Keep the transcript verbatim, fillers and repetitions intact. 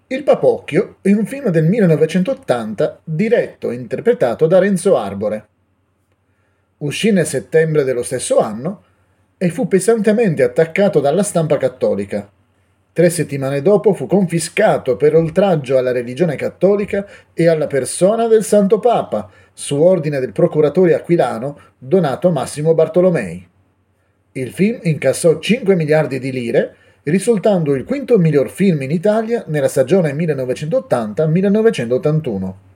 Il Papocchio è un film del millenovecentottanta diretto e interpretato da Renzo Arbore. Uscì nel settembre dello stesso anno e fu pesantemente attaccato dalla stampa cattolica. Tre settimane dopo fu confiscato per oltraggio alla religione cattolica e alla persona del Santo Papa, su ordine del procuratore aquilano Donato Massimo Bartolomei. Il film incassò cinque miliardi di lire, risultando il quinto miglior film in Italia nella stagione millenovecentottanta-millenovecentottantuno.